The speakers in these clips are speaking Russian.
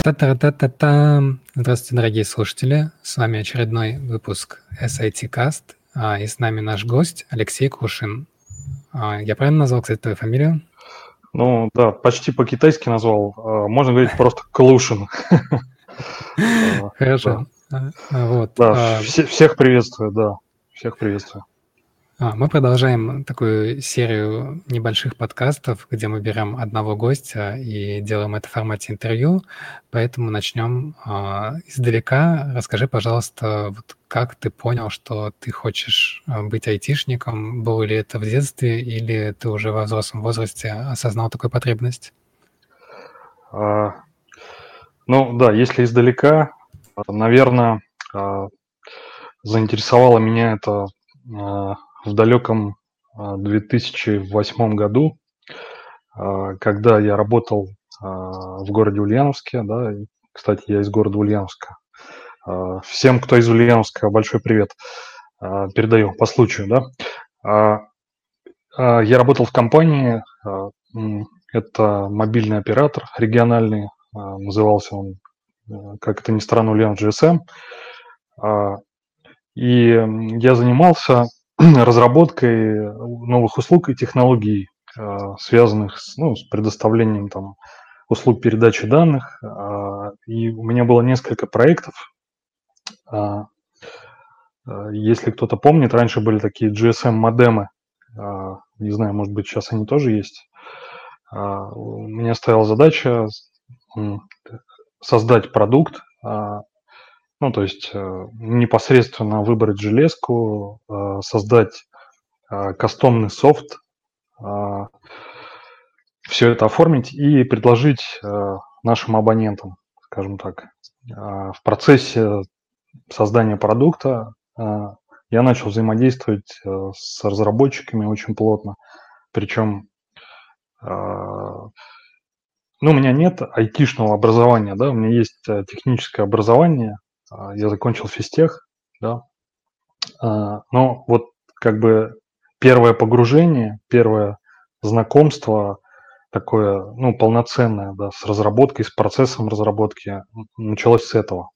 Та-та-та-та-та-та. Здравствуйте, дорогие слушатели. С вами очередной выпуск SIT Cast. И с нами наш гость Алексей Кушин. Я правильно назвал, кстати, твою фамилию? Ну да, почти по-китайски назвал. Можно говорить просто Клушин. Хорошо. Вот. Да, всех приветствую, да. Всех приветствую. Мы продолжаем такую серию небольших подкастов, где мы берем одного гостя и делаем это в формате интервью. Поэтому начнем издалека. Расскажи, пожалуйста, вот как ты понял, что ты хочешь быть айтишником? Было ли это в детстве или ты уже во взрослом возрасте осознал такую потребность? Ну да, если издалека, наверное, заинтересовало меня это в далеком 2008 году, когда я работал в городе Ульяновске, да, и, кстати, я из города Ульяновска. Всем, кто из Ульяновска, большой привет передаю по случаю, да. Я работал в компании, это мобильный оператор региональный, назывался он, как это ни странно, Ульян GSM. И я занимался разработкой новых услуг и технологий, связанных с предоставлением там, услуг передачи данных. И у меня было несколько проектов. Если кто-то помнит, раньше были такие GSM-модемы. Не знаю, может быть, сейчас они тоже есть. У меня стояла задача создать продукт, то есть непосредственно выбрать железку, создать кастомный софт, все это оформить и предложить нашим абонентам, скажем так. В процессе создания продукта я начал взаимодействовать с разработчиками очень плотно. Причем, у меня нет айтишного образования, да, у меня есть техническое образование, я закончил физтех, да, но вот как бы первое погружение, первое знакомство такое, полноценное, да, с разработкой, с процессом разработки началось с этого.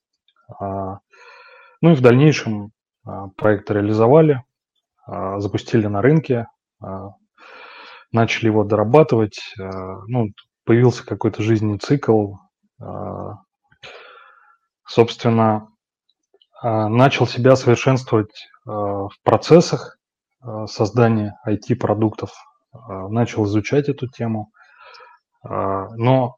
И в дальнейшем проект реализовали, запустили на рынке, начали его дорабатывать, появился какой-то жизненный цикл, собственно, начал себя совершенствовать в процессах создания IT-продуктов, начал изучать эту тему, но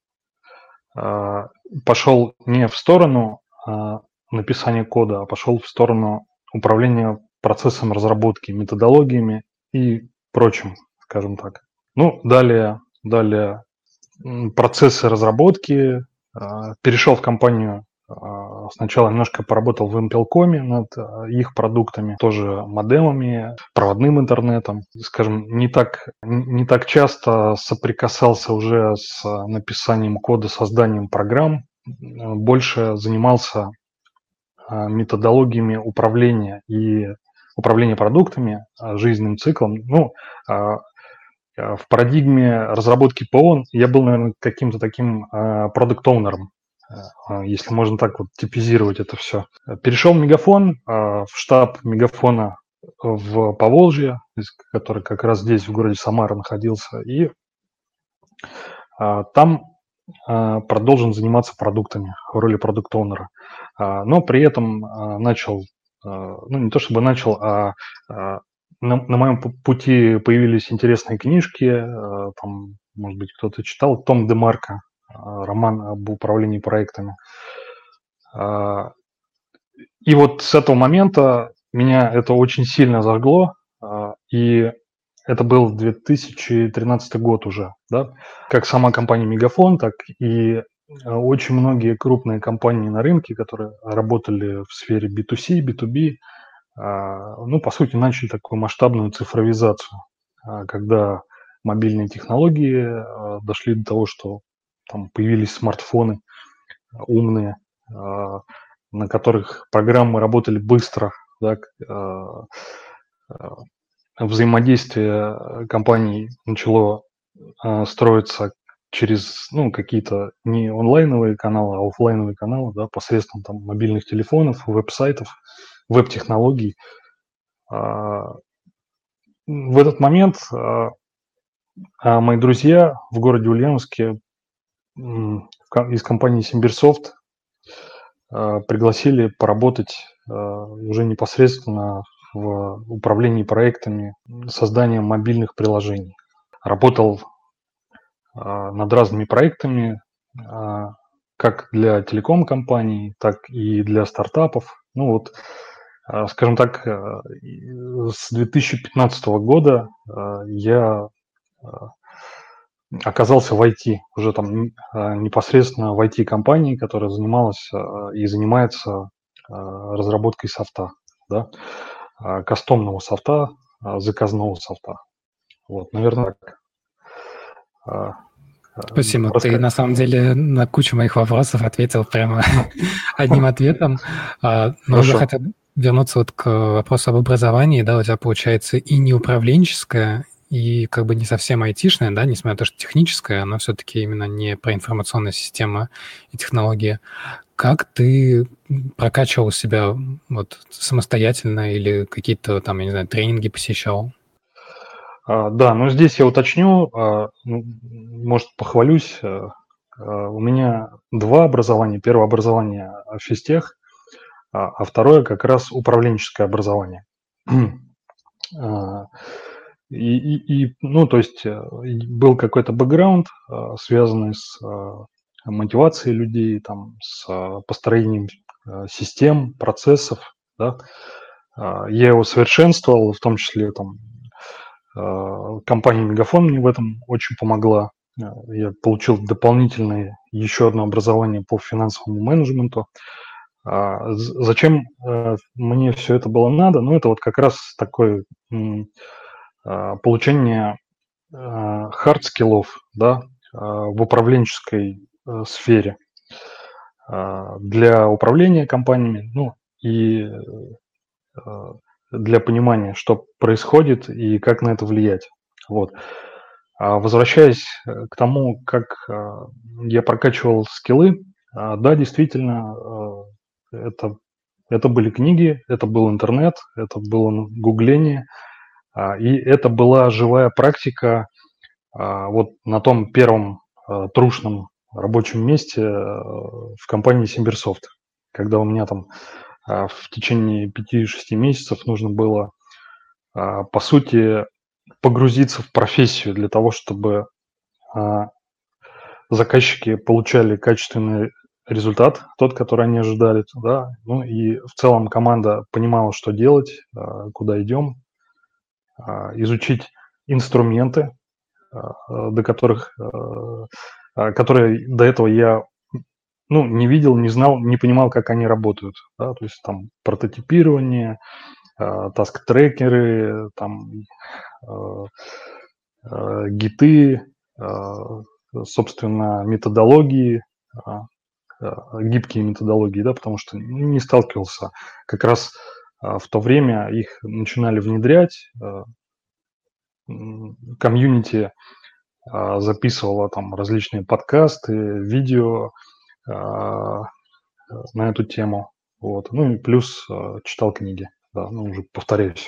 пошел не в сторону написания кода, а пошел в сторону управления процессом разработки, методологиями и прочим, скажем так. Далее процессы разработки, перешел в компанию, сначала немножко поработал в Impelcom над их продуктами, тоже модемами, проводным интернетом. Скажем, не так часто соприкасался уже с написанием кода, созданием программ, больше занимался методологиями управления продуктами, жизненным циклом. В парадигме разработки ПО я был, наверное, каким-то таким продукт-оунером, если можно так вот типизировать это все. Перешел в Мегафон, в штаб Мегафона в Поволжье, который как раз здесь, в городе Самара, находился, и там продолжен заниматься продуктами в роли продукт-оунера. Но при этом начал, не то чтобы начал, на моем пути появились интересные книжки, там, может быть, кто-то читал, Том Демарко, роман об управлении проектами. И вот с этого момента меня это очень сильно зажгло, и это был 2013 год уже, да, как сама компания Мегафон, так и очень многие крупные компании на рынке, которые работали в сфере B2C, B2B, по сути, начали такую масштабную цифровизацию, когда мобильные технологии дошли до того, что там появились смартфоны умные, на которых программы работали быстро, да, взаимодействие компаний начало строиться через, ну, какие-то не онлайновые каналы, а оффлайновые каналы, да, посредством там мобильных телефонов, веб-сайтов, веб-технологий. В этот момент мои друзья в городе Ульяновске из компании Симбирсофт пригласили поработать уже непосредственно в управлении проектами создания мобильных приложений. Работал над разными проектами, как для телеком-компаний, так и для стартапов. Ну вот, скажем так, с 2015 года я оказался в IT, уже там непосредственно в IT-компании, которая занималась и занимается разработкой софта, да, кастомного софта, заказного софта. Вот, наверное, так. Спасибо. Ты на самом деле на кучу моих вопросов ответил прямо одним ответом. Но я Хорошо. хотел вернуться вот к вопросу об образовании. Да, у тебя получается и не управленческое, и как бы не совсем айтишное, да, несмотря на то, что техническое, но все-таки именно не про информационные системы и технологии. Как ты прокачивал себя вот самостоятельно или какие-то там, я не знаю, тренинги посещал? Да, но здесь я уточню, может, похвалюсь. У меня два образования. Первое образование физтех, а второе как раз управленческое образование. А, ну, то есть был какой-то бэкграунд, связанный с мотивацией людей, там, с построением систем, процессов, да. Я его совершенствовал, в том числе там компания Мегафон мне в этом очень помогла. Я получил дополнительное еще одно образование по финансовому менеджменту. Зачем мне все это было надо? Ну, это вот как раз такое получение хард-скиллов, да, в управленческой сфере для управления компаниями, ну, и для понимания, что происходит и как на это влиять. Вот. Возвращаясь к тому, как я прокачивал скиллы, да, действительно, это были книги, это был интернет, это было гугление, и это была живая практика вот на том первом трушном рабочем месте в компании Симбирсофт, когда у меня там в течение 5-6 месяцев нужно было, по сути, погрузиться в профессию для того, чтобы заказчики получали качественный результат, тот, который они ожидали, да, ну и в целом команда понимала, что делать, куда идем, изучить инструменты, до которых, которые до этого я, ну, не видел, не знал, не понимал, как они работают, да, то есть там прототипирование, таск-трекеры, там гиты, собственно, методологии, гибкие методологии, да, потому что не сталкивался. Как раз в то время их начинали внедрять, комьюнити записывала там различные подкасты, видео на эту тему. Вот. Ну и плюс читал книги. Да, ну уже повторяюсь.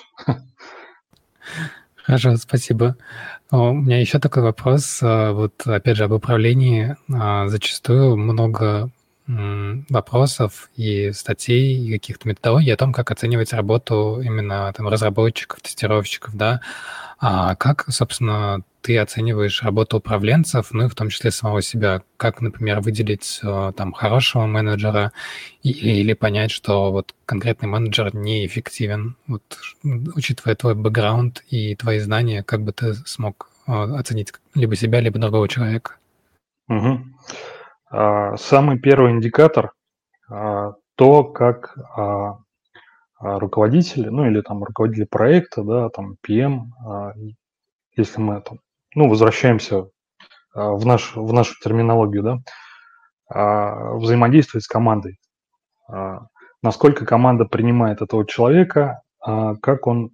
Хорошо, спасибо. У меня еще такой вопрос. Вот опять же об управлении. Зачастую много вопросов и статей, и каких-то методологий о том, как оценивать работу именно там разработчиков, тестировщиков, да. Как, собственно, ты оцениваешь работу управленцев, ну и в том числе самого себя? Как, например, выделить там хорошего менеджера или понять, что вот конкретный менеджер неэффективен? Вот, учитывая твой бэкграунд и твои знания, как бы ты смог оценить либо себя, либо другого человека? Угу. Самый первый индикатор то, как руководители, ну или там руководители проекта, да, там PM, если мы там, ну, возвращаемся в нашу терминологию, да, взаимодействовать с командой. Насколько команда принимает этого человека, как он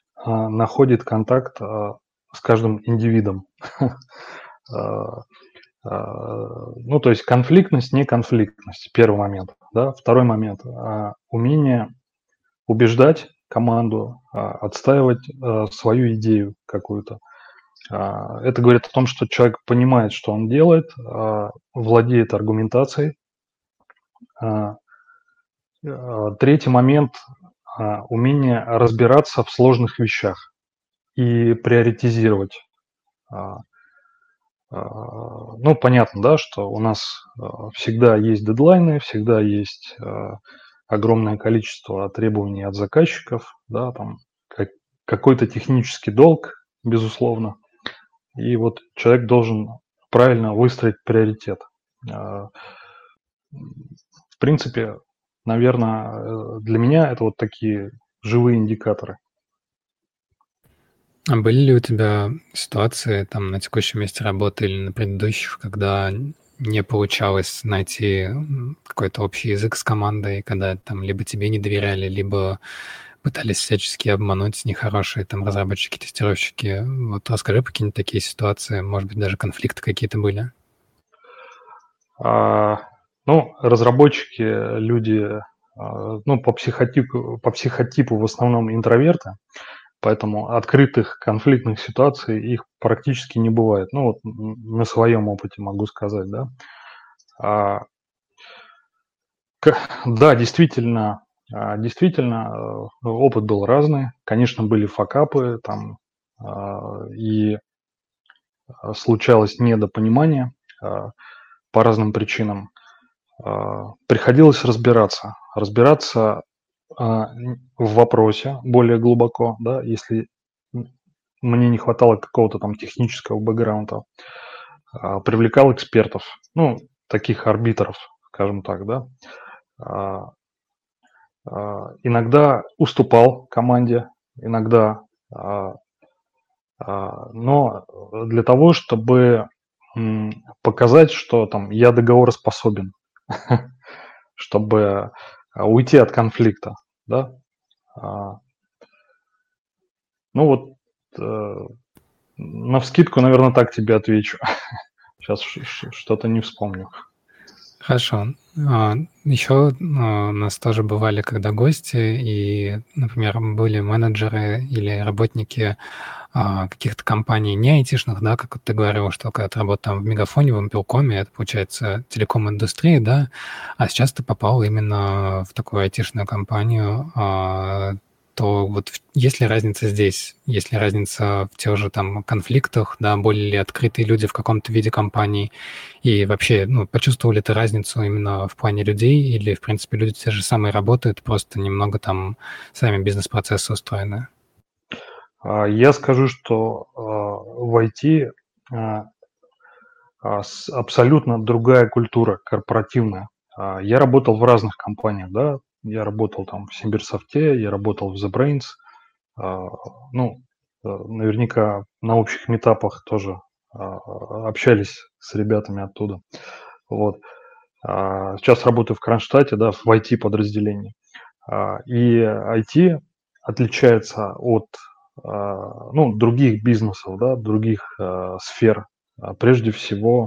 находит контакт с каждым индивидом. Ну, то есть конфликтность, не конфликтность, первый момент. Да? Второй момент, умение убеждать команду, отстаивать свою идею какую-то. Это говорит о том, что человек понимает, что он делает, владеет аргументацией. Третий момент, умение разбираться в сложных вещах и приоритизировать. Ну, понятно, да, что у нас всегда есть дедлайны, всегда есть огромное количество требований от заказчиков, да, там какой-то технический долг, безусловно. И вот человек должен правильно выстроить приоритет. В принципе, наверное, для меня это вот такие живые индикаторы. А были ли у тебя ситуации там на текущем месте работы или на предыдущих, когда не получалось найти какой-то общий язык с командой, когда там либо тебе не доверяли, либо пытались всячески обмануть нехорошие там разработчики, тестировщики? Вот расскажи про какие-нибудь такие ситуации, может быть, даже конфликты какие-то были? Ну, разработчики, люди, ну, по психотипу в основном интроверты, поэтому открытых конфликтных ситуаций их практически не бывает. Ну, вот на своем опыте могу сказать, да. А, Да, действительно, опыт был разный. Конечно, были факапы там, и случалось недопонимание по разным причинам. Приходилось разбираться в вопросе более глубоко, да, если мне не хватало какого-то там технического бэкграунда, привлекал экспертов, ну, таких арбитров, скажем так, да. А, Иногда уступал команде, иногда, но для того, чтобы показать, что там я договороспособен, чтобы уйти от конфликта, да. А, Ну вот, навскидку, наверное, так тебе отвечу. Сейчас что-то не вспомню. Хорошо. Еще у нас тоже бывали, когда гости, и, например, были менеджеры или работники каких-то компаний не айтишных, да, как вот ты говорил, что когда ты работал там в Мегафоне, в Мпелкоме, это, получается, телеком-индустрия, да, а сейчас ты попал именно в такую айтишную компанию, то вот есть ли разница здесь? Есть ли разница в тех же там конфликтах, да, более ли открытые люди в каком-то виде компаний? И вообще, ну, почувствовал ли ты разницу именно в плане людей или, в принципе, люди те же самые работают, просто немного там сами бизнес-процессы устроены? Я скажу, что в IT абсолютно другая культура корпоративная. Я работал в разных компаниях, да. Я работал там в Симбирсофте, я работал в The Brains. Ну, наверняка на общих метапах тоже общались с ребятами оттуда. Вот. Сейчас работаю в Кронштадте, да, в IT-подразделении. И IT отличается от ну, других бизнесов, да, других сфер. Прежде всего,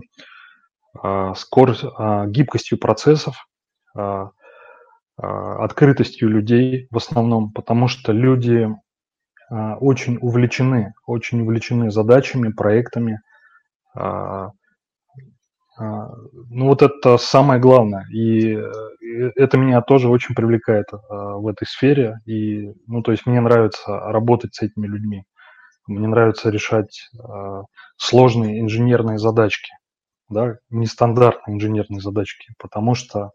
гибкостью процессов, открытостью людей в основном, потому что люди очень увлечены задачами, проектами. А, Ну, вот это самое главное. И это меня тоже очень привлекает в этой сфере. И, ну, то есть мне нравится работать с этими людьми. Мне нравится решать сложные инженерные задачки, да, нестандартные инженерные задачки, потому что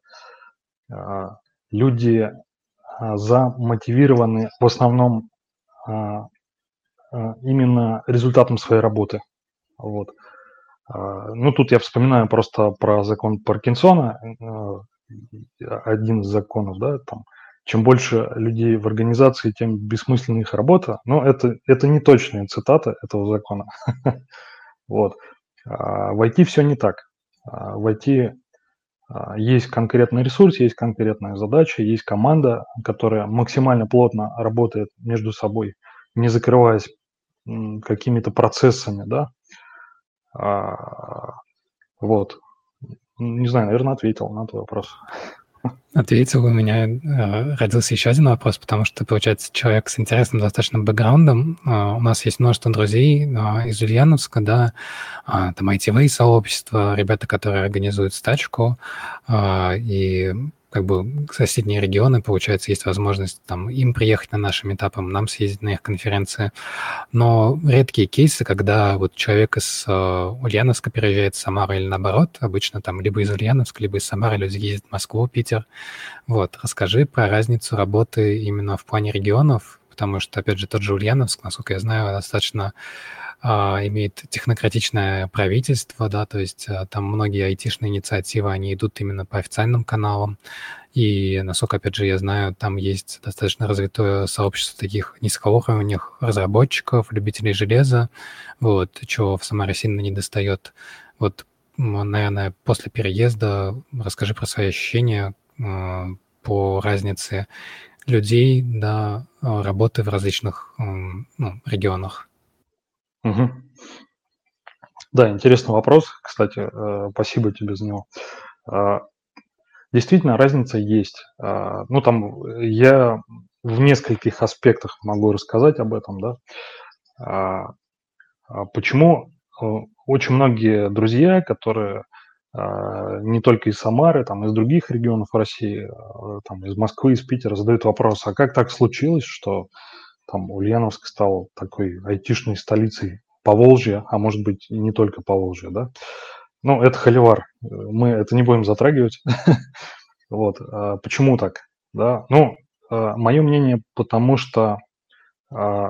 люди замотивированы в основном а, именно результатом своей работы. Вот. Ну, тут я вспоминаю просто про закон Паркинсона, один из законов, да, там, чем больше людей в организации, тем бессмысленнее их работа. Но это не точная цитата этого закона. Вот. В IT все не так. В IT есть конкретный ресурс, есть конкретная задача, есть команда, которая максимально плотно работает между собой, не закрываясь какими-то процессами, да. Вот. Не знаю, наверное, ответил на твой вопрос. Ответил. У меня родился еще один вопрос, потому что, получается, человек с интересным достаточно бэкграундом. У нас есть множество друзей из Ульяновска, да, там ITV-сообщество, ребята, которые организуют стачку, и как бы соседние регионы, получается, есть возможность там им приехать на наши митапы, нам съездить на их конференции. Но редкие кейсы, когда вот человек из Ульяновска переезжает в Самару или наоборот, обычно там либо из Ульяновска, либо из Самары люди ездят в Москву, Питер. Вот, расскажи про разницу работы именно в плане регионов, потому что, опять же, тот же Ульяновск, насколько я знаю, достаточно имеет технократичное правительство, да, то есть там многие айтишные инициативы, они идут именно по официальным каналам, и, насколько, опять же, я знаю, там есть достаточно развитое сообщество таких низкоуровневых разработчиков, любителей железа, вот, чего в Самаре сильно недостает. Вот, наверное, после переезда расскажи про свои ощущения по разнице людей, да, работы в различных регионах. Угу. Да, интересный вопрос, кстати, спасибо тебе за него. Действительно, разница есть. Ну, там я в нескольких аспектах могу рассказать об этом, да. Почему очень многие друзья, которые не только из Самары, там, из других регионов России, там, из Москвы, из Питера задают вопрос, а как так случилось, что там Ульяновск стал такой айтишной столицей Поволжья, а может быть и не только Поволжья, да? Ну, это холивар, мы это не будем затрагивать. Вот, почему так, да? Ну, мое мнение, потому что а,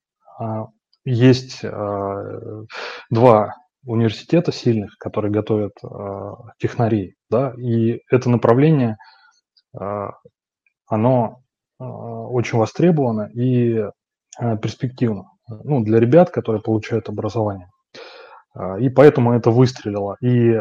есть два университета сильных, которые готовят технарей, да, и это направление, оно очень востребовано и перспективно, ну, для ребят, которые получают образование. И поэтому это выстрелило. И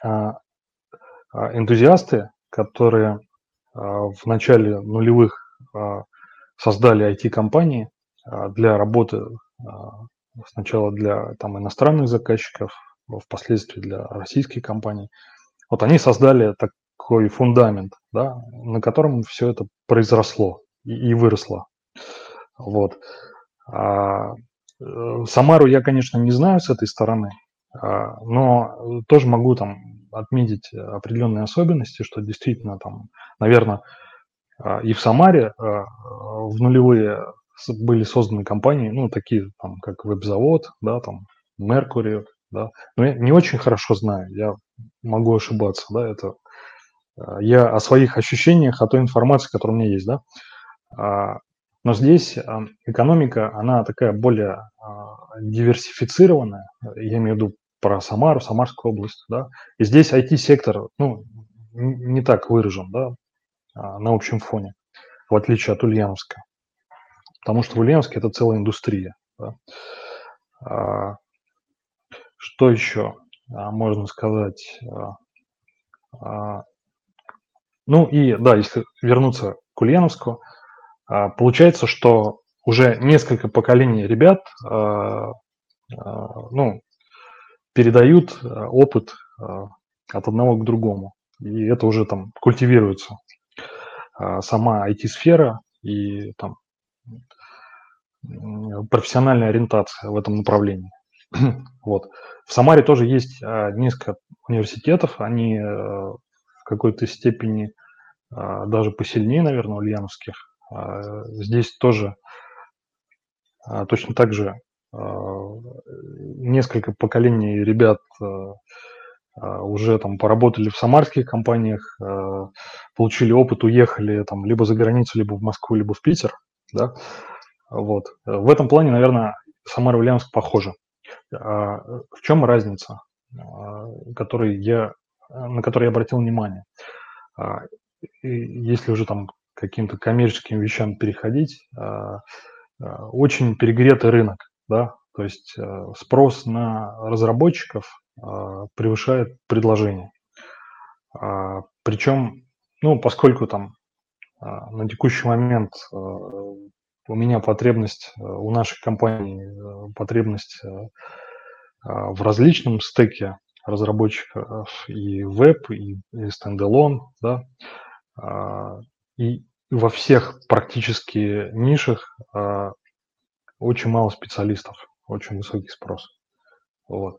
энтузиасты, которые в начале нулевых создали IT-компании для работы сначала для там, иностранных заказчиков, впоследствии для российских компаний. Вот они создали такой фундамент, да, на котором все это произросло и выросло. Вот. Самару я, конечно, не знаю с этой стороны, но тоже могу там отметить определенные особенности, что действительно там, наверное, и в Самаре в нулевые были созданы компании, ну, такие там, как Вебзавод, да, там, Mercury, да. Но я не очень хорошо знаю, я могу ошибаться, да, это я о своих ощущениях, о той информации, которая у меня есть, да. Но здесь экономика, она такая более диверсифицированная, я имею в виду про Самару, Самарскую область, да, и здесь IT-сектор, ну, не так выражен, да, на общем фоне, в отличие от Ульяновска. Потому что в Ульяновске это целая индустрия. Да. Что еще можно сказать? Ну и да, если вернуться к Ульяновску, получается, что уже несколько поколений ребят ну, передают опыт от одного к другому. И это уже там культивируется. Сама IT-сфера и там профессиональная ориентация в этом направлении. Вот. В Самаре тоже есть несколько университетов, они в какой-то степени даже посильнее, наверное, ульяновских. Здесь тоже точно так же несколько поколений ребят уже там поработали в самарских компаниях, получили опыт, уехали там либо за границу, либо в Москву, либо в Питер. Да? Вот. В этом плане, наверное, Самара и Ульяновск похожи. В чем разница, на которой я обратил внимание? Если уже там к каким-то коммерческим вещам переходить, очень перегретый рынок, да, то есть спрос на разработчиков превышает предложение. Причем, ну, поскольку там на текущий момент у меня потребность, у нашей компании потребность в различном стеке разработчиков и веб, и стендалон, да, и во всех практически нишах очень мало специалистов, очень высокий спрос. Вот.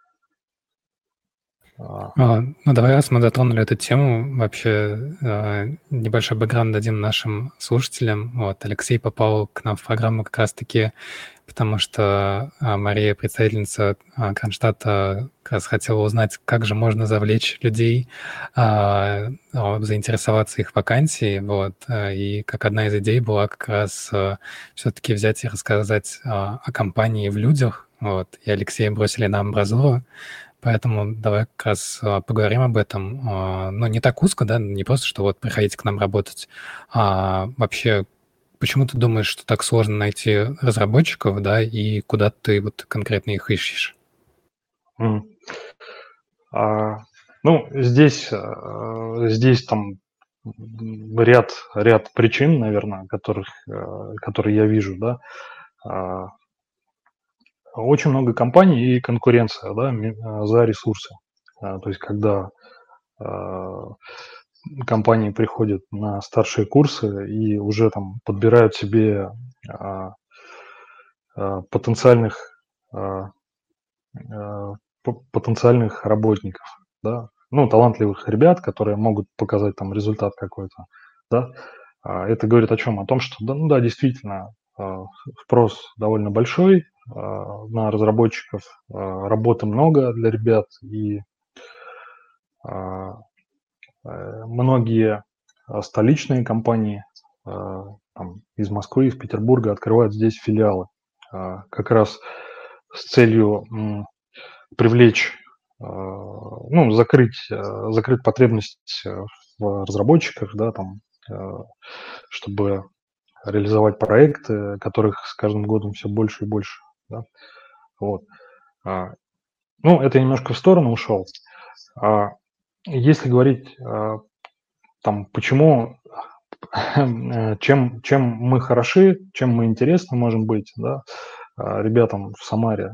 Ну, давай, раз мы затронули эту тему, вообще небольшой бэкграунд дадим нашим слушателям. Вот, Алексей попал к нам в программу как раз-таки, потому что Мария, представительница Кронштадта, как раз хотела узнать, как же можно завлечь людей, заинтересоваться их вакансией. Вот, и как одна из идей была как раз все-таки взять и рассказать о компании в людях. Вот, и Алексея бросили на амбразуру. Поэтому давай как раз поговорим об этом. Ну, не так узко, да, не просто, что вот приходите к нам работать, а вообще, почему ты думаешь, что так сложно найти разработчиков, да, и куда ты вот конкретно их ищешь? Ну, здесь там ряд причин, наверное, которые я вижу, да. Очень много компаний и конкуренция, да, за ресурсы. То есть, когда компании приходят на старшие курсы и уже там подбирают себе потенциальных потенциальных работников, да, ну, талантливых ребят, которые могут показать там результат какой-то, да. Это говорит о чем? О том, что, да, ну да, действительно, спрос довольно большой на разработчиков, работы много для ребят, и многие столичные компании там, из Москвы, из Петербурга открывают здесь филиалы, как раз с целью привлечь, ну, закрыть потребность в разработчиках, да, там, чтобы реализовать проекты, которых с каждым годом все больше и больше, да. Вот. Ну, это немножко в сторону ушел. Если говорить там, почему, чем мы хороши, чем мы интересны можем быть, да, ребятам в Самаре.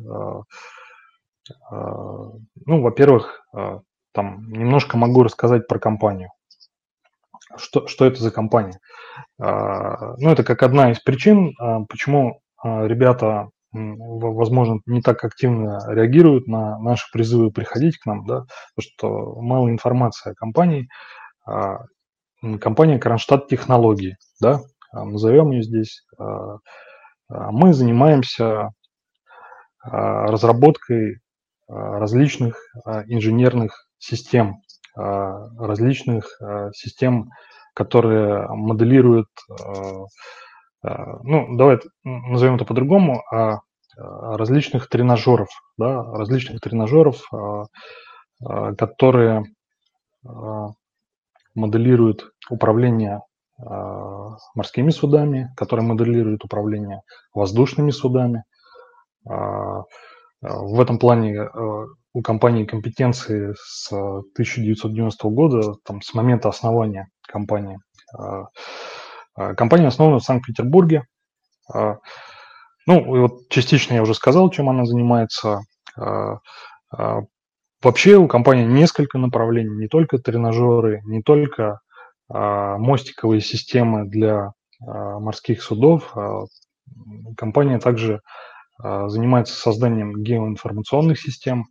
Ну, во-первых, там немножко могу рассказать про компанию. Что это за компания? Ну, это как одна из причин, почему ребята, возможно, не так активно реагируют на наши призывы приходить к нам, да, потому что мало информации о компании. Компания Кронштадт Технологии, да, назовем ее здесь. Мы занимаемся разработкой различных инженерных систем, различных систем, которые моделируют, ну, давай назовем это по-другому, различных тренажеров, да, которые моделируют управление морскими судами, которые моделируют управление воздушными судами. В этом плане у компании компетенции с 1990 года, там, с момента основания компании. Компания основана в Санкт-Петербурге. Ну, и вот частично я уже сказал, чем она занимается. Вообще у компании несколько направлений, не только тренажеры, не только мостиковые системы для морских судов. Компания также занимается созданием геоинформационных систем,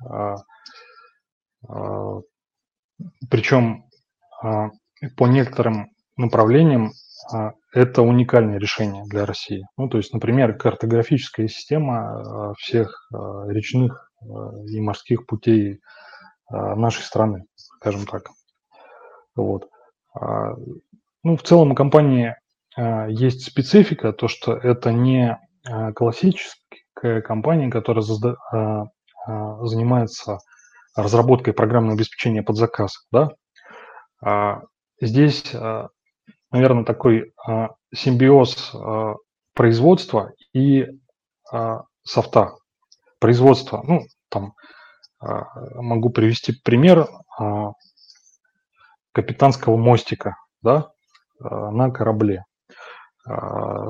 причем по некоторым направлениям это уникальное решение для России. Ну, то есть, например, картографическая система всех речных и морских путей нашей страны, скажем так. Вот. Ну, в целом у компании есть специфика, то, что это не классическая компания, которая занимается разработкой программного обеспечения под заказ. Да? Здесь, наверное, такой симбиоз производства и софта. Производство, ну, там, могу привести пример капитанского мостика, да, на корабле.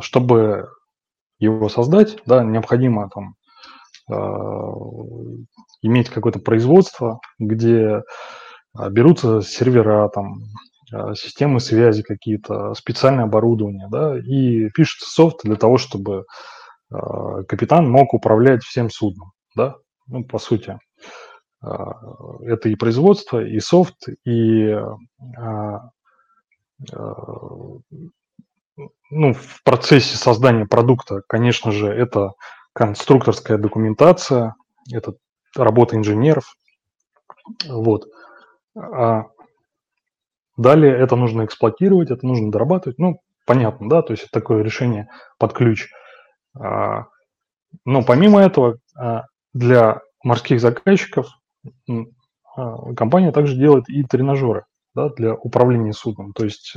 Чтобы его создать, да, необходимо там иметь какое-то производство, где берутся сервера, там, системы связи какие-то, специальное оборудование, да, и пишется софт для того, чтобы капитан мог управлять всем судном, да, ну, по сути. Это и производство, и софт, и ну, в процессе создания продукта, конечно же, это конструкторская документация, это работа инженеров. Вот. А далее это нужно эксплуатировать, это нужно дорабатывать. Ну, понятно, да, то есть это такое решение под ключ. Но помимо этого, для морских заказчиков компания также делает и тренажеры, да, для управления судном. То есть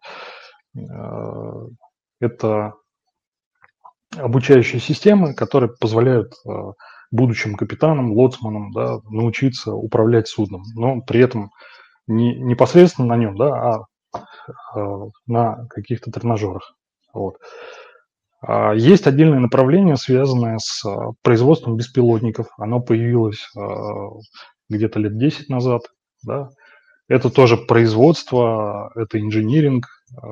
это обучающие системы, которые позволяют будущим капитанам, лоцманам, да, научиться управлять судном, но при этом не непосредственно на нем, да, на каких-то тренажерах. Вот. Есть отдельное направление, связанное с производством беспилотников. Оно появилось где-то лет 10 назад. Да. Это тоже производство, это инжиниринг,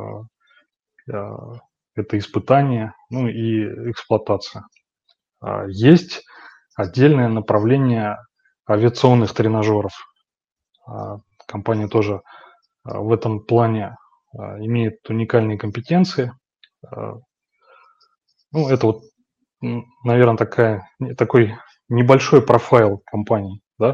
это испытание, ну и эксплуатация. Есть отдельное направление авиационных тренажеров. Компания тоже в этом плане имеет уникальные компетенции. Ну, это вот, наверное, такой небольшой профайл компании, да.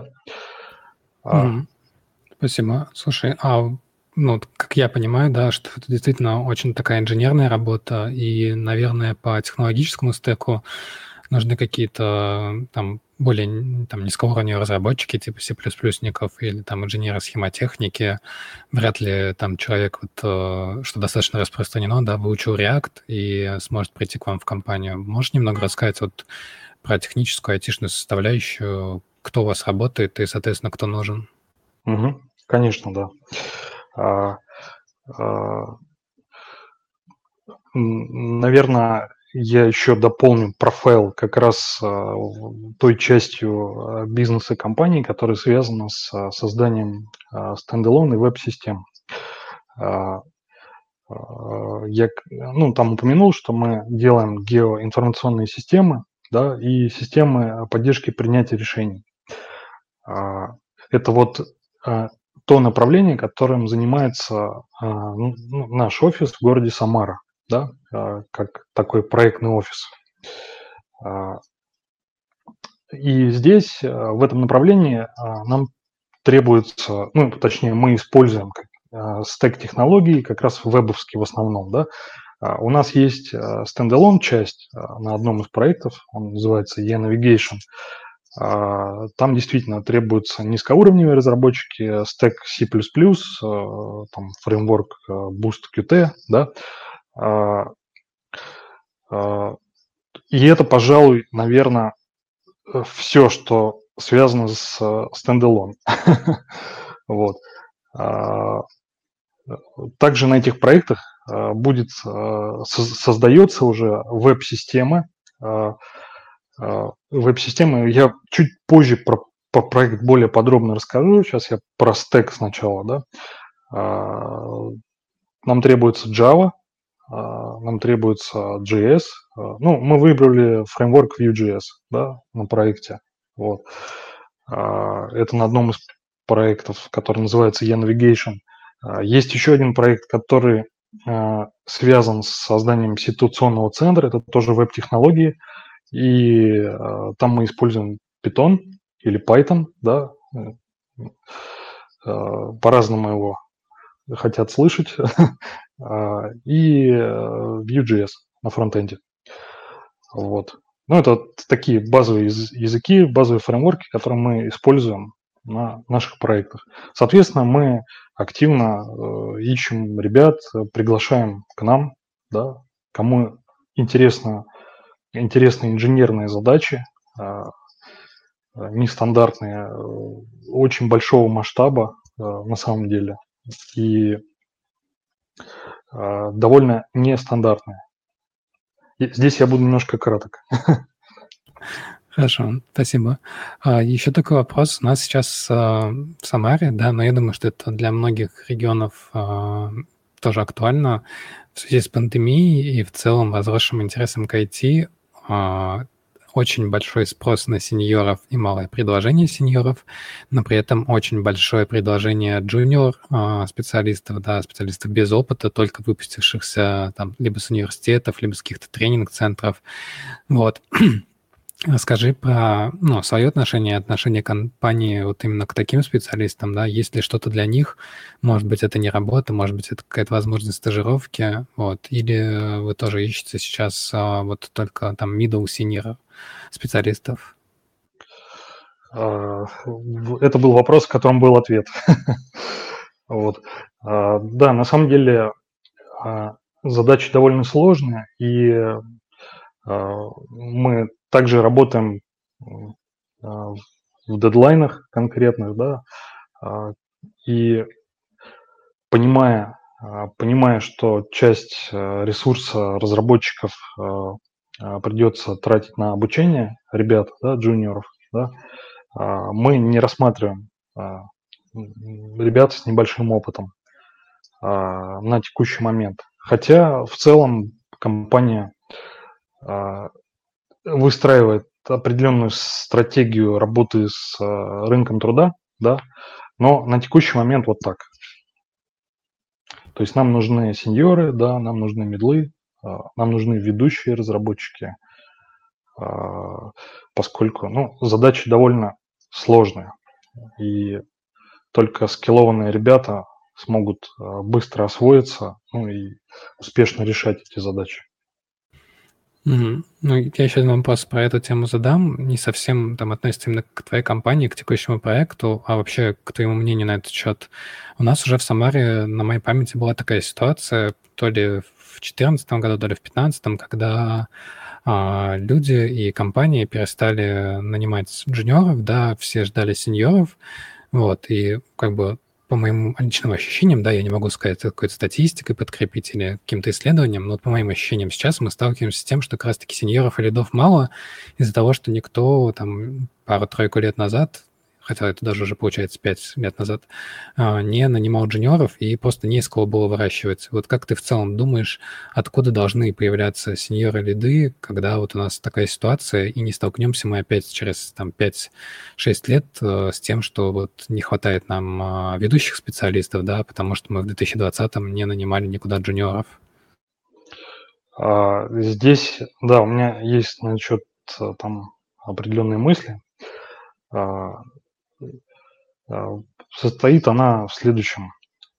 Спасибо. Слушай, ну, вот как я понимаю, да, что это действительно очень такая инженерная работа, и, наверное, по технологическому стеку нужны какие-то там более там низкого уровня разработчики, типа C++-ников или там инженеры схемотехники. Вряд ли там человек, вот, что достаточно распространено, да, выучил React и сможет прийти к вам в компанию. Можешь немного рассказать вот про техническую, айтишную составляющую, кто у вас работает и, соответственно, кто нужен? Конечно, да. Наверное, я еще дополню профайл как раз той частью бизнеса компании, которая связана с созданием стендалон и веб-систем. Я там упомянул, что мы делаем геоинформационные системы, да, и системы поддержки принятия решений. Это вот то направление, которым занимается наш офис в городе Самара, да, как такой проектный офис. И здесь, в этом направлении, нам требуется, ну, точнее, мы используем стек технологий, как раз вебовский в основном, да. У нас есть стендалон часть на одном из проектов, он называется eNavigation. Там действительно требуются низкоуровневые разработчики, стек C++, там фреймворк BoostQt, да. И это, пожалуй, наверное, все, что связано с стендалон. Вот. Также на этих проектах создается уже веб-система. Веб-системы я чуть позже про проект более подробно расскажу. Сейчас я про стек сначала. Да. Нам требуется Java, нам требуется JS. Ну, мы выбрали фреймворк Vue.js, да, на проекте. Вот. Это на одном из проектов, который называется eNavigation. Есть еще один проект, который связан с созданием ситуационного центра. Это тоже веб-технологии. И там мы используем Python или Python, да. По-разному его хотят слышать. И Vue.js на фронтенде. Вот. Ну, это такие базовые языки, базовые фреймворки, которые мы используем на наших проектах. Соответственно, мы активно ищем ребят, приглашаем к нам, да, кому интересны инженерные задачи, нестандартные, очень большого масштаба на самом деле и довольно нестандартные. Здесь я буду немножко краток. Хорошо, спасибо. Еще такой вопрос. У нас сейчас в Самаре, да, но я думаю, что это для многих регионов тоже актуально в связи с пандемией и в целом возросшим интересом к IT. Очень большой спрос на сеньоров и малое предложение сеньоров, но при этом очень большое предложение джуниор специалистов, да, специалистов без опыта, только выпустившихся там либо с университетов, либо с каких-то тренинг-центров. Вот. Расскажи про, ну, свое отношение компании вот именно к таким специалистам, да, есть ли что-то для них, может быть, это не работа, может быть, это какая-то возможность стажировки, вот, или вы тоже ищете сейчас вот только там middle senior специалистов? Это был вопрос, в котором был ответ. Вот. Да, на самом деле задача довольно сложная, и мы также работаем в дедлайнах конкретных, да, и понимая, что часть ресурса разработчиков придется тратить на обучение ребят, да, джуниоров, да, мы не рассматриваем ребят с небольшим опытом на текущий момент. Хотя в целом компания выстраивает определенную стратегию работы с рынком труда, да, но на текущий момент вот так. То есть нам нужны сеньоры, да, нам нужны медлы, нам нужны ведущие разработчики, поскольку, ну, задача довольно сложная, и только скиллованные ребята смогут быстро освоиться, ну и успешно решать эти задачи. Ну, я еще один вопрос про эту тему задам. Не совсем там относится именно к твоей компании, к текущему проекту, а вообще к твоему мнению на этот счет. У нас уже в Самаре, на моей памяти, была такая ситуация, то ли в 2014 году, то ли в 2015, когда люди и компании перестали нанимать джуниоров, да, все ждали сеньоров, вот, и как бы по моим личным ощущениям, да, я не могу сказать, это какой-то статистикой подкрепить или каким-то исследованием, но вот по моим ощущениям сейчас мы сталкиваемся с тем, что как раз-таки сеньоров и лидов мало из-за того, что никто там пару-тройку лет назад, хотя это даже уже получается 5 лет назад, не нанимал джуниоров и просто не из кого было выращивать. Вот как ты в целом думаешь, откуда должны появляться сеньоры-лиды, когда вот у нас такая ситуация, и не столкнемся мы опять через там 5-6 лет с тем, что вот не хватает нам ведущих специалистов, да, потому что мы в 2020-м не нанимали никуда джуниоров. Здесь, да, у меня есть насчет там определенные мысли. А, Состоит она в следующем.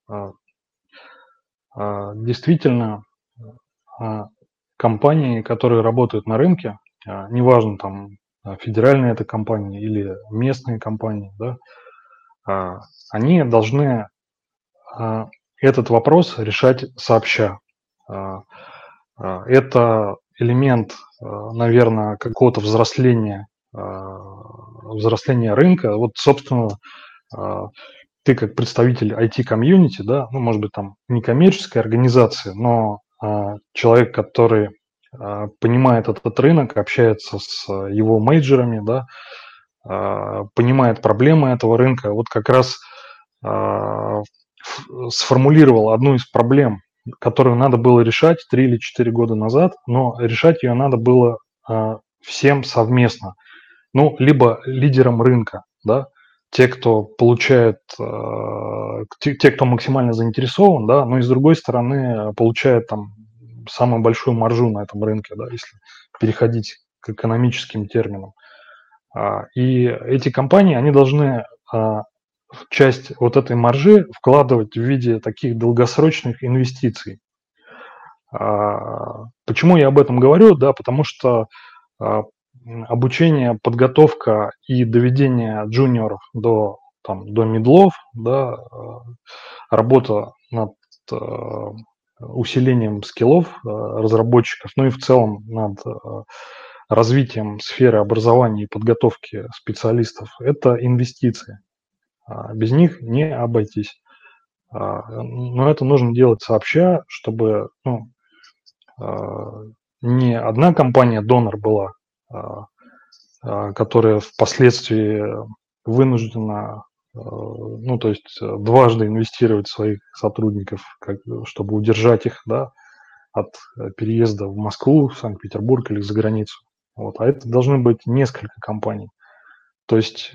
Действительно, компании, которые работают на рынке, неважно, там, федеральные это компании или местные компании, да, они должны этот вопрос решать сообща. Это элемент, наверное, какого-то взросления рынка. Вот, собственно, ты как представитель IT-комьюнити, да, ну, может быть, там не коммерческой организации, но человек, который понимает этот рынок, общается с его мейджерами, да, понимает проблемы этого рынка, вот как раз сформулировал одну из проблем, которую надо было решать 3 или 4 года назад, но решать ее надо было всем совместно. Ну, либо лидерам рынка, да, те, кто получает, те, кто максимально заинтересован, да, но и с другой стороны получает там самую большую маржу на этом рынке, да, если переходить к экономическим терминам. И эти компании, они должны часть вот этой маржи вкладывать в виде таких долгосрочных инвестиций. Почему я об этом говорю? Да, потому что обучение, подготовка и доведение джуниоров до мидлов, да, работа над усилением скиллов разработчиков, ну и в целом над развитием сферы образования и подготовки специалистов – это инвестиции. Без них не обойтись. Но это нужно делать сообща, чтобы не одна компания-донор была которая впоследствии вынуждена, то есть дважды инвестировать в своих сотрудников, чтобы удержать их, да, от переезда в Москву, в Санкт-Петербург или за границу. Вот. А это должны быть несколько компаний. То есть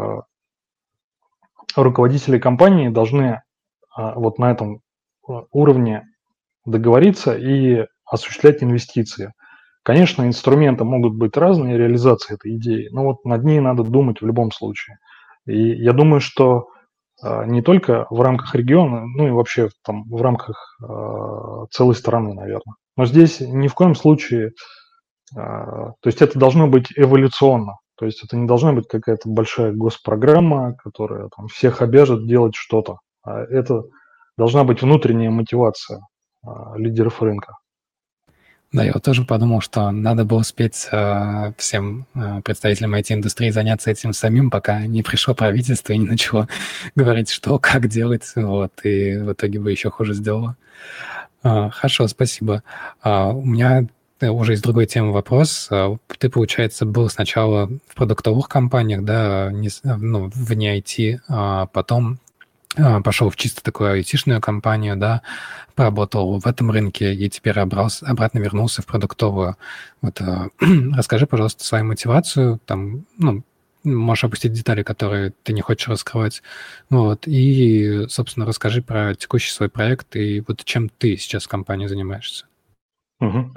руководители компании должны вот на этом уровне договориться и осуществлять инвестиции. Конечно, инструменты могут быть разные, реализации этой идеи, но вот над ней надо думать в любом случае. И я думаю, что не только в рамках региона, ну и вообще там в рамках целой страны, наверное. Но здесь ни в коем случае, то есть это должно быть эволюционно. То есть это не должна быть какая-то большая госпрограмма, которая там всех обяжет делать что-то. А это должна быть внутренняя мотивация лидеров рынка. Да, я вот тоже подумал, что надо было успеть всем представителям IT-индустрии заняться этим самим, пока не пришло правительство и не начало говорить, что, как делать, вот, и в итоге бы еще хуже сделало. Хорошо, спасибо. У меня уже из другой темы вопрос. Ты, получается, был сначала в продуктовых компаниях, да, вне IT, а потом пошел в чисто такую айтишную компанию, да, поработал в этом рынке и теперь обратно вернулся в продуктовую. Вот, расскажи, пожалуйста, свою мотивацию, там, можешь опустить детали, которые ты не хочешь раскрывать, вот, и, собственно, расскажи про текущий свой проект и вот чем ты сейчас в компании занимаешься. Угу.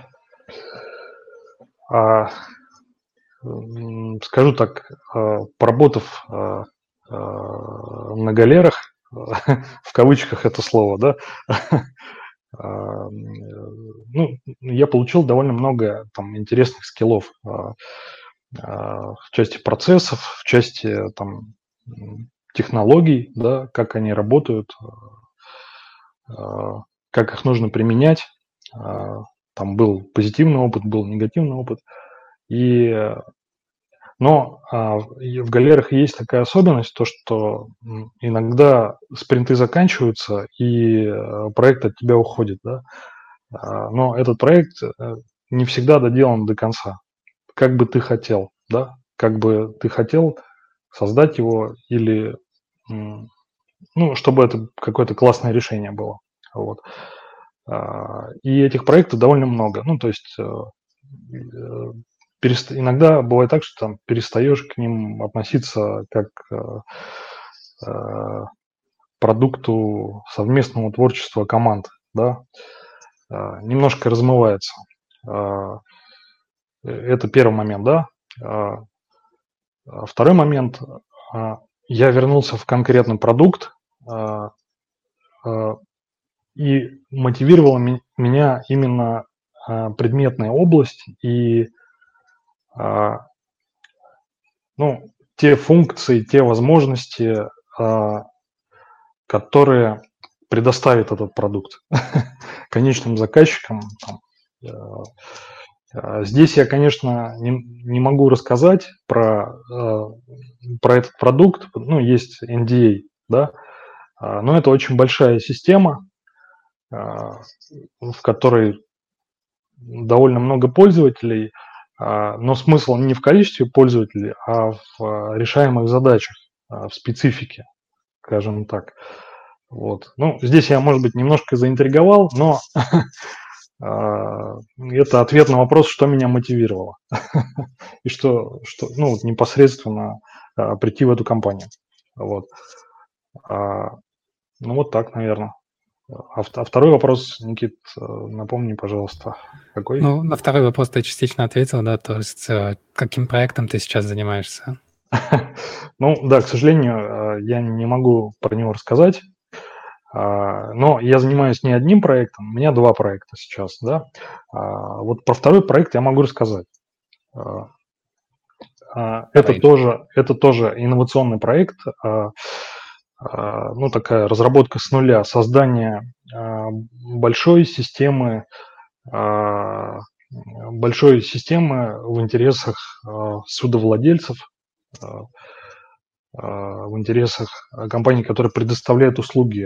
Скажу так, поработав на галерах, в кавычках это слово, да, я получил довольно много там интересных скиллов в части процессов, в части там технологий, да, как они работают, как их нужно применять. Там был позитивный опыт, был негативный опыт. Но в галерах есть такая особенность, то что иногда спринты заканчиваются, и проект от тебя уходит, да. Но этот проект не всегда доделан до конца. Как бы ты хотел, да? Как бы ты хотел создать его или, чтобы это какое-то классное решение было. Вот. И этих проектов довольно много. Ну, то есть иногда бывает так, что там перестаешь к ним относиться как к продукту совместного творчества команд, да, немножко размывается. Это первый момент, да. Второй момент, я вернулся в конкретный продукт, и мотивировала меня именно предметная область и те функции, те возможности, которые предоставит этот продукт конечным заказчикам. Здесь я, конечно, не могу рассказать про этот продукт, есть NDA, да, но это очень большая система, в которой довольно много пользователей, но смысл не в количестве пользователей, а в решаемых задачах, в специфике, скажем так. Вот. Здесь я, может быть, немножко заинтриговал, но это ответ на вопрос, что меня мотивировало и что непосредственно прийти в эту компанию. Вот. Вот так, наверное. А второй вопрос, Никит, напомни, пожалуйста, какой? На второй вопрос ты частично ответил, да, то есть каким проектом ты сейчас занимаешься? Да, к сожалению, я не могу про него рассказать, но я занимаюсь не одним проектом, у меня два проекта сейчас, да. Вот про второй проект я могу рассказать. Это тоже инновационный проект, такая разработка с нуля, создание большой системы в интересах судовладельцев, в интересах компаний, которые предоставляют услуги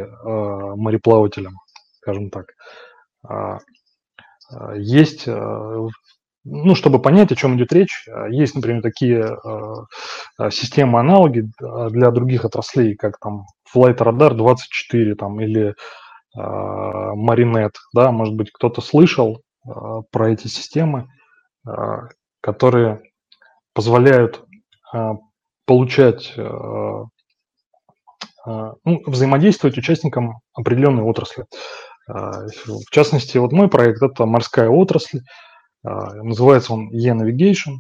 мореплавателям, скажем так. Есть ну, чтобы понять, о чем идет речь, есть, например, такие системы-аналоги для других отраслей, как там Flight Radar 24 там, или Marinet. Да, может быть, кто-то слышал про эти системы, которые позволяют получать, взаимодействовать участникам определенной отрасли. В частности, вот мой проект – это морская отрасль, называется он e-Navigation.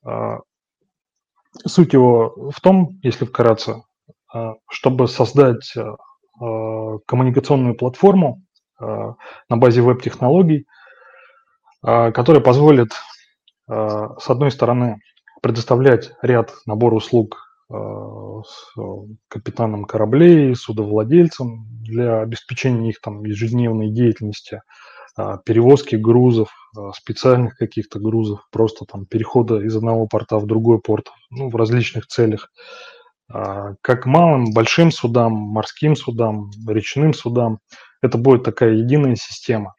Суть его в том, если вкратце, чтобы создать коммуникационную платформу на базе веб-технологий, которая позволит, с одной стороны, предоставлять набор услуг капитанам кораблей, судовладельцам для обеспечения их там ежедневной деятельности, перевозки грузов, специальных каких-то грузов, просто там перехода из одного порта в другой порт, в различных целях, как малым, большим судам, морским судам, речным судам. Это будет такая единая система.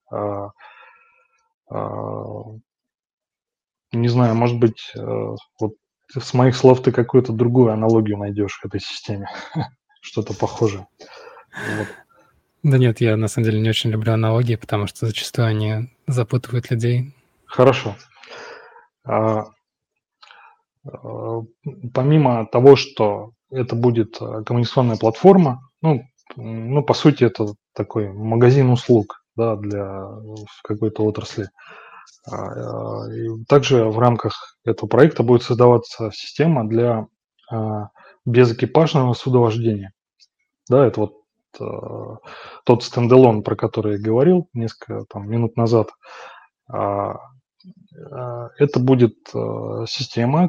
Не знаю, может быть, вот с моих слов ты какую-то другую аналогию найдешь в этой системе, что-то похожее. Вот. Да нет, я на самом деле не очень люблю аналогии, потому что зачастую они запутывают людей. Хорошо. Помимо того, что это будет коммуникационная платформа, по сути, это такой магазин услуг, да, для какой-то отрасли. И также в рамках этого проекта будет создаваться система для безэкипажного судовождения. Да, это вот тот стендалон, про который я говорил несколько минут назад. Это будет система,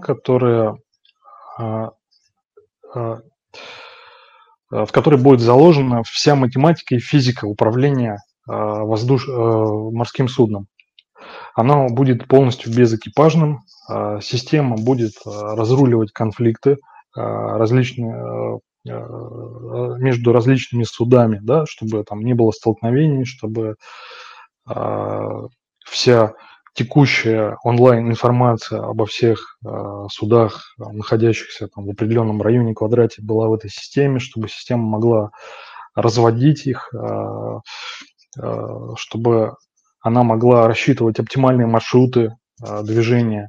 в которой будет заложена вся математика и физика управления морским судном. Оно будет полностью безэкипажным, система будет разруливать конфликты между различными судами, да, чтобы там не было столкновений, чтобы вся текущая онлайн-информация обо всех судах, находящихся там в определенном районе, квадрате, была в этой системе, чтобы система могла разводить их, чтобы она могла рассчитывать оптимальные маршруты движения,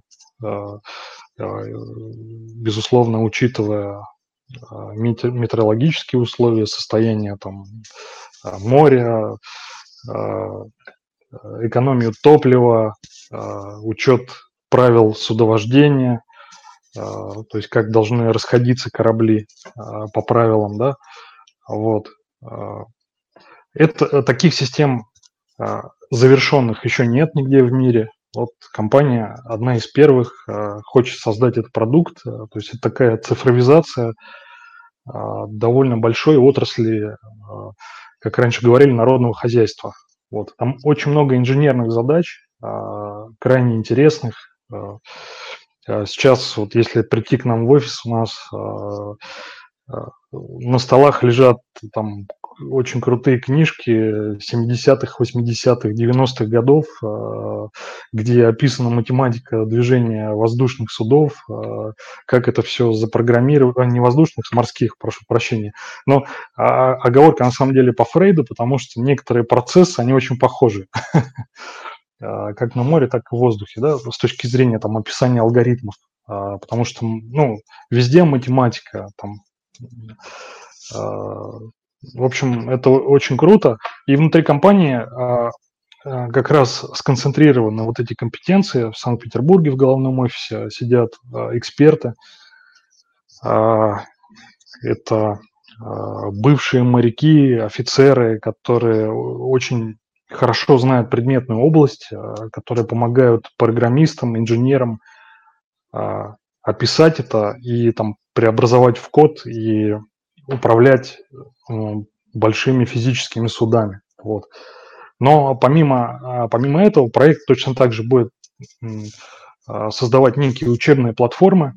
безусловно, учитывая метеорологические условия, состояние там моря, экономию топлива, учет правил судовождения, то есть как должны расходиться корабли по правилам, да, вот. Таких систем завершенных еще нет нигде в мире. Вот компания, одна из первых, хочет создать этот продукт, то есть это такая цифровизация довольно большой отрасли, как раньше говорили, народного хозяйства. Вот. Там очень много инженерных задач, крайне интересных. Сейчас, вот если прийти к нам в офис, у нас на столах лежат там очень крутые книжки 70-х, 80-х, 90-х годов, где описана математика движения воздушных судов, как это все запрограммировано, не воздушных, морских, прошу прощения. Но оговорка на самом деле по Фрейду, потому что некоторые процессы, они очень похожи. Как на море, так и в воздухе, да, с точки зрения там описания алгоритмов. Потому что, везде математика, там, в общем, это очень круто. И внутри компании как раз сконцентрированы вот эти компетенции. В Санкт-Петербурге в головном офисе сидят эксперты. Это бывшие моряки, офицеры, которые очень хорошо знают предметную область, которые помогают программистам, инженерам описать это и там преобразовать в код и управлять большими физическими судами. Вот. Но помимо этого проект точно так же будет создавать некие учебные платформы,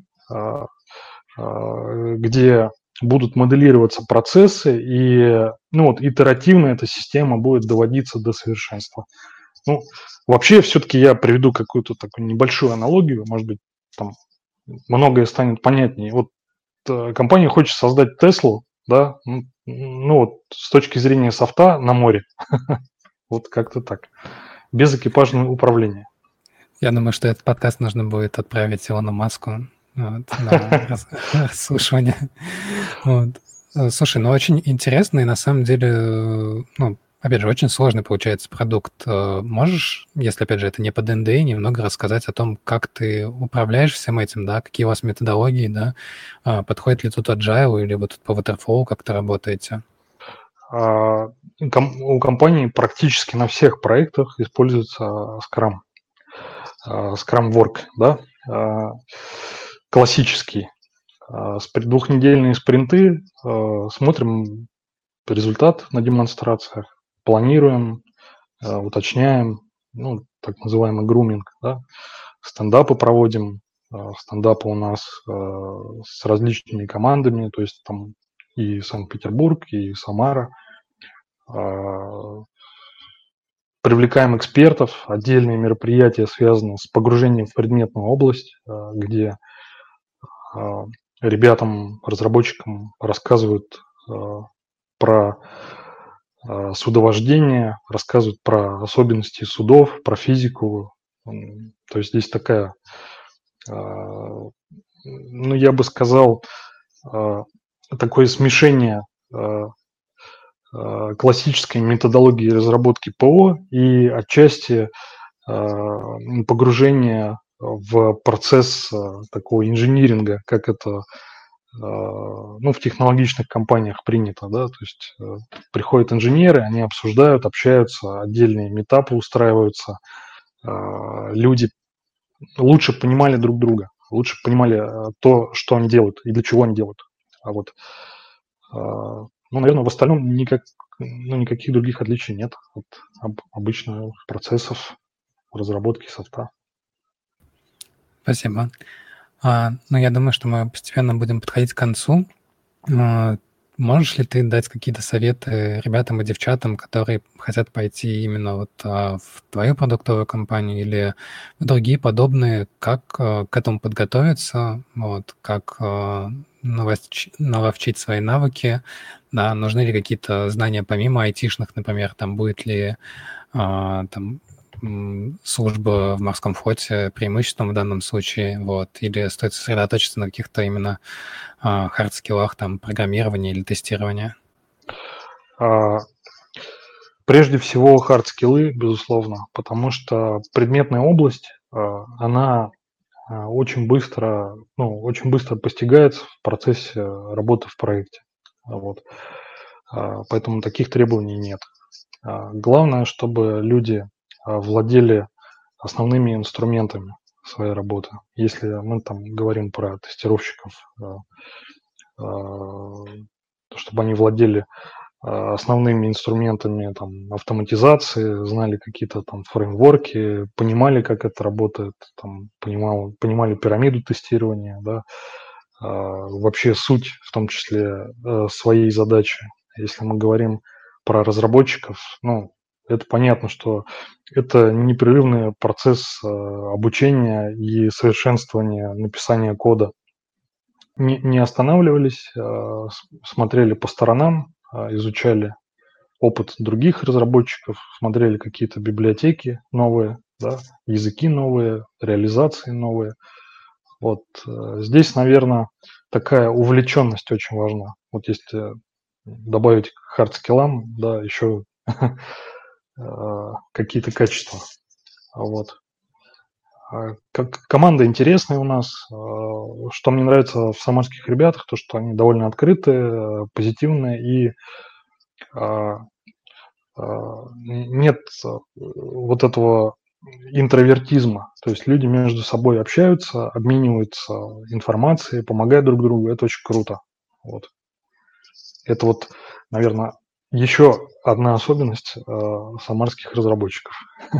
где будут моделироваться процессы, и итеративно эта система будет доводиться до совершенства. Ну, вообще, все-таки я приведу какую-то такую небольшую аналогию, может быть, там многое станет понятнее. Вот компания хочет создать Теслу, да, ну вот с точки зрения софта на море, вот как-то так, без экипажного управления. Я думаю, что этот подкаст нужно будет отправить Илону Маску на расслушивание. Вот. Слушай, ну очень интересно, и на самом деле, ну, опять же, очень сложный получается продукт. Можешь, если, опять же, это не под NDA, немного рассказать о том, как ты управляешь всем этим, да, какие у вас методологии, да, подходит ли тут Agile или вот тут по Waterfall как-то работаете? У компании практически на всех проектах используется Scrum. Scrum Work, да, классический. Двухнедельные спринты, смотрим результат на демонстрациях, планируем, уточняем, ну, так называемый груминг, да, стендапы проводим, стендапы у нас с различными командами, то есть там и Санкт-Петербург, и Самара, привлекаем экспертов, отдельные мероприятия связаны с погружением в предметную область, где ребятам, разработчикам рассказывают про судовождение, рассказывают про особенности судов, про физику. То есть здесь такая, ну, я бы сказал, такое смешение классической методологии разработки ПО и отчасти погружение в процесс такого инжиниринга, как это ну, в технологичных компаниях принято, да, то есть приходят инженеры, они обсуждают, общаются, отдельные метапы устраиваются, люди лучше понимали друг друга, лучше понимали то, что они делают и для чего они делают. А вот, ну, наверное, в остальном никаких других отличий нет от обычных процессов разработки софта. Спасибо. Ну, я думаю, что мы постепенно будем подходить к концу. Можешь ли ты дать какие-то советы ребятам и девчатам, которые хотят пойти именно вот в твою продуктовую компанию или в другие подобные, как к этому подготовиться, вот, как наловчить свои навыки, да, нужны ли какие-то знания помимо айтишных, например, там будет ли там служба в морском флоте преимуществом в данном случае, вот, или стоит сосредоточиться на каких-то именно хард-скиллах, там, программирования или тестирования? Прежде всего, хард-скиллы, безусловно, потому что предметная область, она очень быстро постигается в процессе работы в проекте. Вот. Поэтому таких требований нет. Главное, чтобы люди владели основными инструментами своей работы. Если мы там говорим про тестировщиков, чтобы они владели основными инструментами там, автоматизации, знали какие-то там фреймворки, понимали, как это работает, там, понимали пирамиду тестирования, да, вообще суть, в том числе своей задачи. Если мы говорим про разработчиков, ну, это понятно, что это непрерывный процесс обучения и совершенствования написания кода. Не останавливались, смотрели по сторонам, изучали опыт других разработчиков, смотрели какие-то библиотеки новые, да, языки новые, реализации новые. Вот здесь, наверное, такая увлеченность очень важна. Вот если добавить к хардскиллам, да, еще какие-то качества. Вот. Команда интересная у нас. Что мне нравится в самарских ребятах, то, что они довольно открытые, позитивные и нет вот этого интровертизма. То есть люди между собой общаются, обмениваются информацией, помогают друг другу. Это очень круто. Вот. Это вот, наверное, еще одна особенность самарских разработчиков.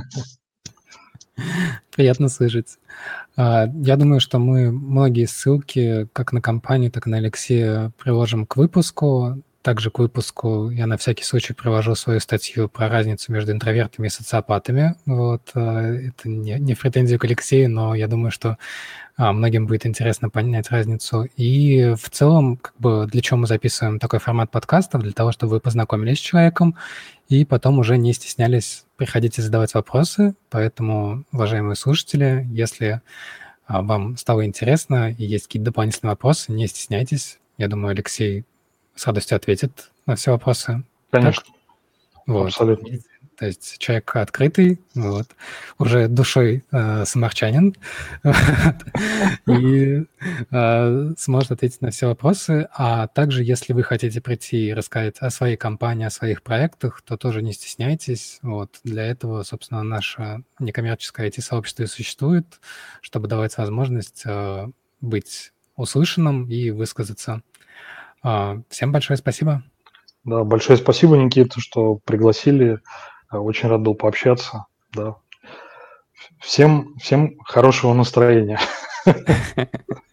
Приятно слышать. Я думаю, что мы многие ссылки как на компанию, так и на Алексея приложим к выпуску. также к выпуску я на всякий случай привожу свою статью про разницу между интровертами и социопатами. Вот, это не в претензию к Алексею, но я думаю, что многим будет интересно понять разницу. И в целом, как бы, для чего мы записываем такой формат подкастов? Для того, чтобы вы познакомились с человеком и потом уже не стеснялись приходить и задавать вопросы. Поэтому, уважаемые слушатели, если вам стало интересно и есть какие-то дополнительные вопросы, не стесняйтесь. Я думаю, Алексей с радостью ответит на все вопросы. Конечно. Так? Вот. Абсолютно. То есть человек открытый, вот, уже душой самарчанин, и сможет ответить на все вопросы. А также, если вы хотите прийти и рассказать о своей компании, о своих проектах, то тоже не стесняйтесь. Вот. Для этого, собственно, наше некоммерческое IT-сообщество и существует, чтобы давать возможность быть услышанным и высказаться. Всем большое спасибо. Да, большое спасибо, Никита, что пригласили. Очень рад был пообщаться. Да. Всем хорошего настроения.